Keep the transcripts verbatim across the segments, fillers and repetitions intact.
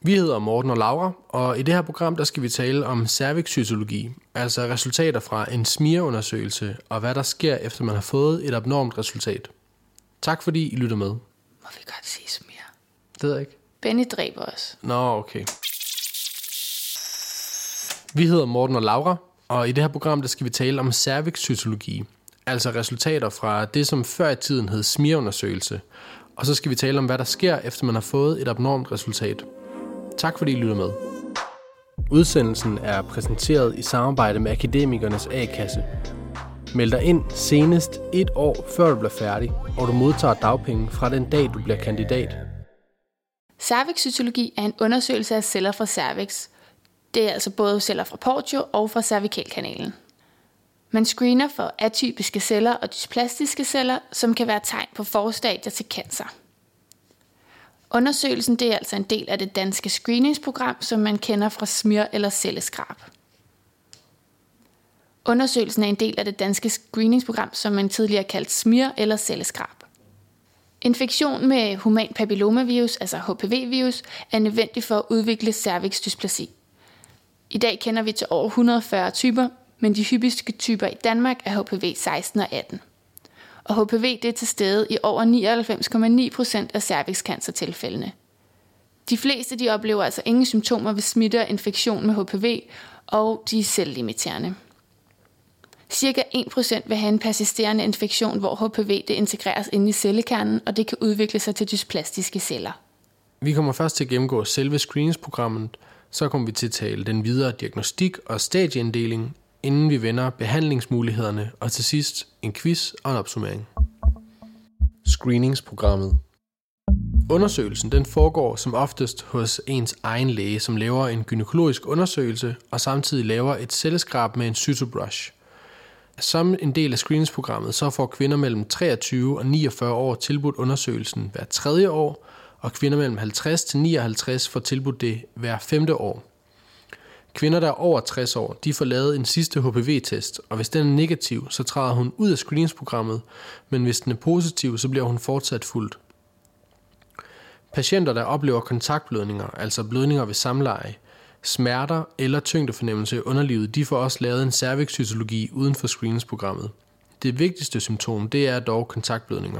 Vi hedder Morten og Laura, og i det her program der skal vi tale om cervixcytologi, altså resultater fra en smearundersøgelse og hvad der sker efter man har fået et abnormt resultat. Tak fordi I lytter med. Må vi godt sige smear? Det ved jeg ikke. Benny dræber os. Nå, okay. Vi hedder Morten og Laura, og i det her program der skal vi tale om cervixcytologi, altså resultater fra det, som før i tiden hed smearundersøgelse. Og så skal vi tale om, hvad der sker, efter man har fået et abnormt resultat. Tak fordi I lytter med. Udsendelsen er præsenteret i samarbejde med Akademikernes A-kasse. Meld dig ind senest et år før du bliver færdig, og du modtager dagpenge fra den dag, du bliver kandidat. Cervixcytologi er en undersøgelse af celler fra cervix. Det er altså både celler fra Portio og fra cervikalkanalen. Man screener for atypiske celler og dysplastiske celler, som kan være tegn på forstadier til cancer. Undersøgelsen det er altså en del af det danske screeningsprogram, som man kender fra smear eller celleskrab. Undersøgelsen er en del af det danske screeningsprogram, som man tidligere kaldt smear eller celleskrab. Infektion med human papillomavirus, altså H P V-virus, er nødvendig for at udvikle cervixdysplasi. I dag kender vi til over et hundrede og fyrre typer, men de hyppigste typer i Danmark er H P V seksten og atten. Og H P V det er til stede i over nioghalvfems komma ni procent af cervixcancertilfældene. De fleste de oplever altså ingen symptomer ved smitte og infektion med H P V, og de er selvlimiterende. Cirka en procent vil have en persisterende infektion, hvor H P V det integreres ind i cellekernen, og det kan udvikle sig til dysplastiske celler. Vi kommer først til at gennemgå selve screeningsprogrammet, så kommer vi til at tale den videre diagnostik og stadieinddeling, inden vi vender behandlingsmulighederne, og til sidst en quiz og en opsummering. Screeningsprogrammet. Undersøgelsen den foregår som oftest hos ens egen læge, som laver en gynækologisk undersøgelse og samtidig laver et celleskrab med en cytobrush. Som en del af screeningsprogrammet, så får kvinder mellem treogtyve og niogfyrre år tilbudt undersøgelsen hver tredje år, og kvinder mellem halvtreds til nioghalvtreds får tilbudt det hver femte år. Kvinder, der er over tres år, de får lavet en sidste H P V-test, og hvis den er negativ, så træder hun ud af screeningsprogrammet, men hvis den er positiv, så bliver hun fortsat fulgt. Patienter, der oplever kontaktblødninger, altså blødninger ved samleje, smerter eller tyngdefornemmelse i underlivet, de får også lavet en cervixcytologi uden for screeningsprogrammet. Det vigtigste symptom, det er dog kontaktblødninger.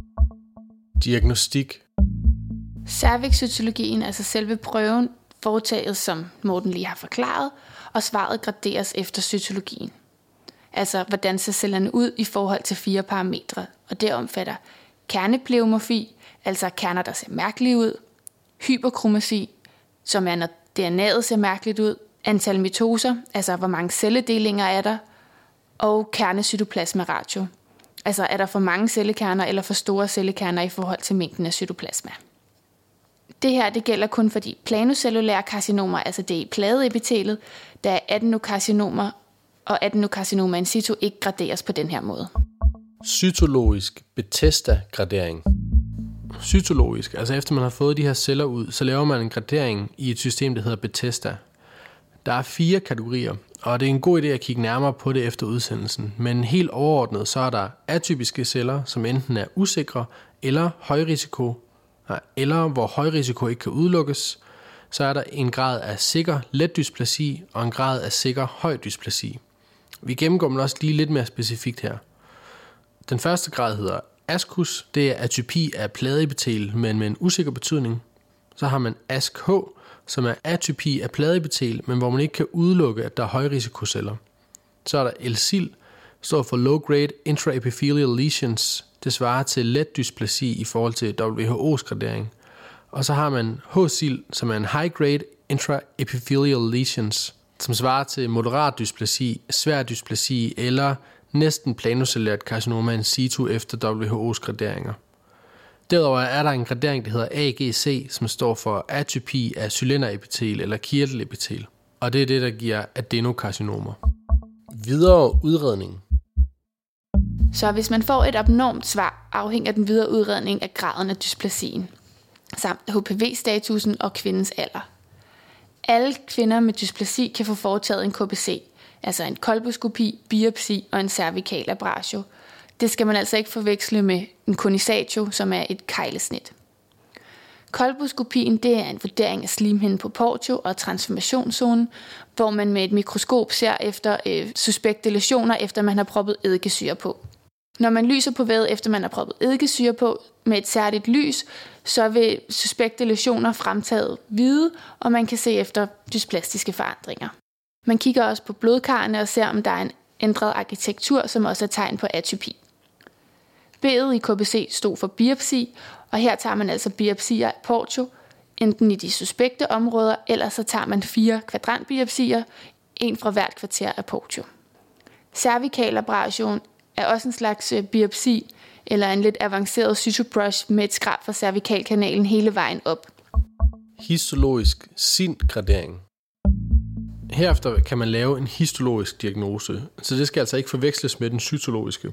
Diagnostik. Cervixcytologien, altså selve prøven, foretaget som Morten lige har forklaret, og svaret graderes efter cytologien. Altså hvordan ser cellerne ud i forhold til fire parametre, og det omfatter kernepleomorfi, altså kerner, der ser mærkelige ud, hyperkromasi, som er når D N A'et ser mærkeligt ud, antal mitoser, altså hvor mange celledelinger er der, og kernecytoplasma-ratio, altså er der for mange cellekerner eller for store cellekerner i forhold til mængden af cytoplasma. Det her det gælder kun for de planocellulære karcinomer, altså det i pladeepitelet, da adenokarcinomer og adenokarcinomer in situ ikke graderes på den her måde. Cytologisk Bethesda-gradering. Cytologisk, altså efter man har fået de her celler ud, så laver man en gradering i et system, der hedder Bethesda. Der er fire kategorier, og det er en god idé at kigge nærmere på det efter udsendelsen. Men helt overordnet, så er der atypiske celler, som enten er usikre eller højrisiko, eller hvor højrisiko ikke kan udelukkes. Så er der en grad af sikker let dysplasi og en grad af sikker høj dysplasi. Vi gennemgår dem også lige lidt mere specifikt her. Den første grad hedder ascus, det er atypi af pladeepitel, men med en usikker betydning. Så har man A S C H, som er atypi af pladeepitel, men hvor man ikke kan udelukke, at der er højrisikoceller. Så er der L C I L, står for Low Grade Intraepithelial Lesions. Det svarer til let dysplasi i forhold til W H O's gradering. Og så har man H C I L, som er en High Grade Intraepithelial Lesions, som svarer til moderat dysplasi, svær dysplasi eller næsten planocellulært carcinoma in situ efter W H O's graderinger. Derudover er der en gradering, der hedder A G C, som står for atypi af cylinderepitel eller kirtelepitel. Og det er det, der giver adenokarcinomer. Videre udredning. Så hvis man får et abnormt svar, afhænger den videre udredning af graden af dysplasien, samt H P V-statusen og kvindens alder. Alle kvinder med dysplasi kan få foretaget en K B C, altså en kolposkopi, biopsi og en cervikal abrasio. Det skal man altså ikke forveksle med en conisatio, som er et keglesnit. Kolposkopien, det er en vurdering af slimhinden på portio og transformationszonen, hvor man med et mikroskop ser efter øh, suspekte læsioner, efter man har proppet eddikesyre på. Når man lyser på vævet, efter man har proppet eddikesyre på med et særligt lys, så vil suspekte læsioner fremtaget hvide, og man kan se efter dysplastiske forandringer. Man kigger også på blodkarrene og ser, om der er en ændret arkitektur, som også er tegn på atypi. B'et i K B C stod for biopsi, og her tager man altså biopsier af portio, enten i de suspekte områder, eller så tager man fire kvadrantbiopsier, en fra hvert kvarter af portio. Cervikalabrasion er også en slags biopsi, eller en lidt avanceret cytobrush med et skrab fra cervikalkanalen hele vejen op. Histologisk S I N-gradering. Herefter kan man lave en histologisk diagnose, så det skal altså ikke forveksles med den cytologiske.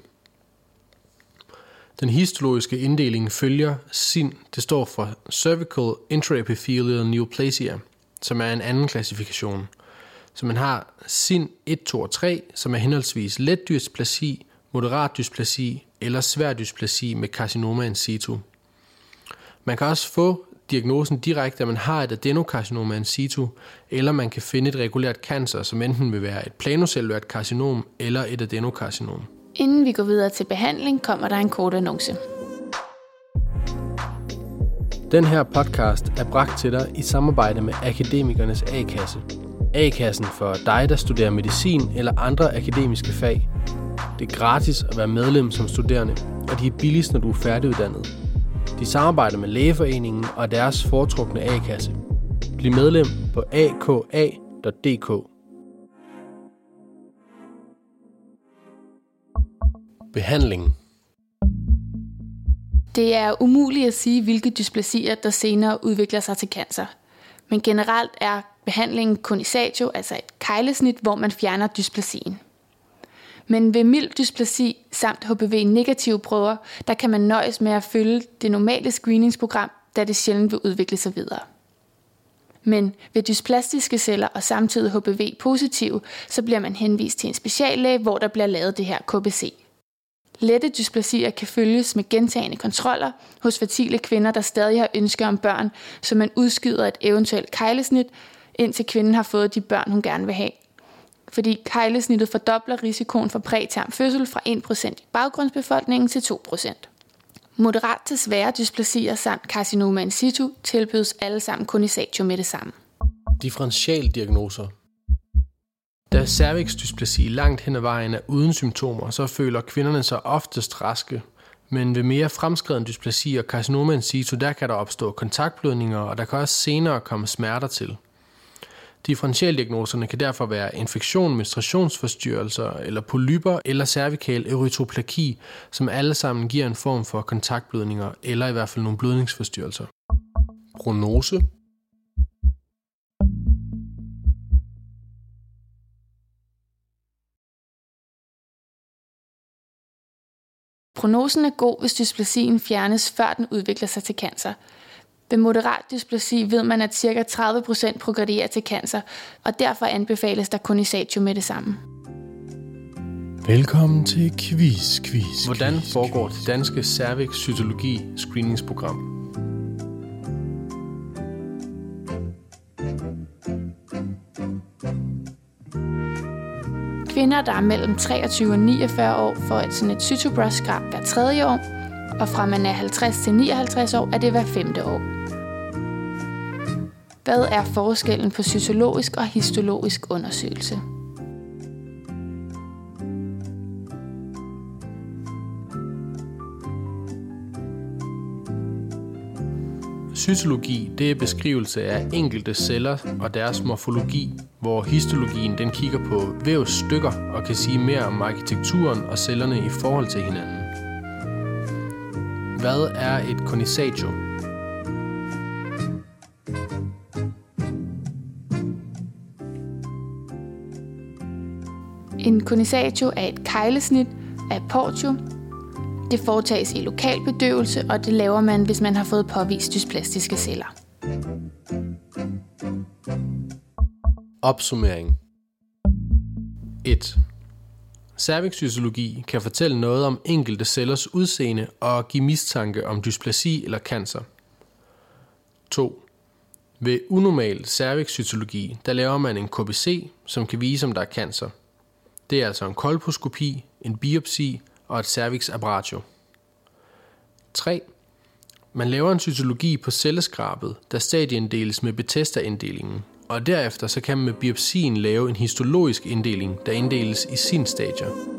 Den histologiske inddeling følger S I N, det står for Cervical Intraepithelial Neoplasia, som er en anden klassifikation. Så man har S I N et, to og tre, som er henholdsvis let dysplasi, moderat dysplasi eller svær dysplasi med karcinoma in situ. Man kan også få diagnosen direkte, at man har et adenokarcinoma in situ, eller man kan finde et regulært cancer, som enten vil være et planocellulært karcinom eller et adenokarcinom. Inden vi går videre til behandling, kommer der en kort annonce. Den her podcast er bragt til dig i samarbejde med Akademikernes A-kasse. A-kassen for dig, der studerer medicin eller andre akademiske fag. Det er gratis at være medlem som studerende, og de er billigst, når du er færdiguddannet. De samarbejder med Lægeforeningen og deres foretrukne A-kasse. Bliv medlem på a k a punktum d k. Behandling. Det er umuligt at sige, hvilke dysplasier, der senere udvikler sig til cancer. Men generelt er behandlingen conisatio, altså et keglesnit, hvor man fjerner dysplasien. Men ved mild dysplasi samt H P V-negative prøver, der kan man nøjes med at følge det normale screeningsprogram, da det sjældent vil udvikle sig videre. Men ved dysplastiske celler og samtidig H P V-positive, så bliver man henvist til en speciallæge, hvor der bliver lavet det her K B C. Lette dysplasier kan følges med gentagne kontroller hos fertile kvinder, der stadig har ønsker om børn, så man udskyder et eventuelt keglesnit, indtil kvinden har fået de børn, hun gerne vil have. Fordi keglesnittet fordobler risikoen for præterm fødsel fra en procent i baggrundsbefolkningen til to procent. Moderat til svære dysplasier samt carcinoma in situ tilbydes alle sammen conisatio med det samme. Differentialdiagnoser. Da cervixdysplasi langt hen ad vejen er uden symptomer, så føler kvinderne sig oftest raske. Men ved mere fremskreden dysplasi og carcinoma in situ, der kan der opstå kontaktblødninger, og der kan også senere komme smerter til. Differentialdiagnoserne kan derfor være infektion, menstruationsforstyrrelser eller polypper eller cervikal erytroplaki, som alle sammen giver en form for kontaktblødninger eller i hvert fald nogle blødningsforstyrrelser. Prognose. Prognosen er god, hvis dysplasien fjernes, før den udvikler sig til cancer. Ved moderat dysplasi ved man, at ca. tredive procent progredierer til cancer, og derfor anbefales der conisatio med det samme. Velkommen til Quiz, Quiz, Hvordan quiz, foregår quiz. Det danske cervix cytologi screeningsprogram? Kvinder, der er mellem treogtyve og niogfyrre år, får et sådan et cytobrush-skrab hver tredje år, og fra man er halvtreds til nioghalvtreds år, er det hver femte år. Hvad er forskellen på cytologisk og histologisk undersøgelse? Cytologi, det er beskrivelse af enkelte celler og deres morfologi, hvor histologien den kigger på vævsstykker og kan sige mere om arkitekturen og cellerne i forhold til hinanden. Hvad er et conisatio? En conisatio er et keglesnit af portio. Det foretages i lokal bedøvelse, og det laver man, hvis man har fået påvist dysplastiske celler. Opsummering. et. Cervixcytologi kan fortælle noget om enkelte cellers udseende og give mistanke om dysplasi eller cancer. to. Ved unormal cervixcytologi, der laver man en K B C, som kan vise, om der er cancer. Det er altså en kolposkopi, en biopsi og et cervix abratio. tre. Man laver en cytologi på celleskrabet, der stadieinddeles med Bethesda-inddelingen, og derefter så kan man med biopsien lave en histologisk inddeling, der inddeles i sin stadier.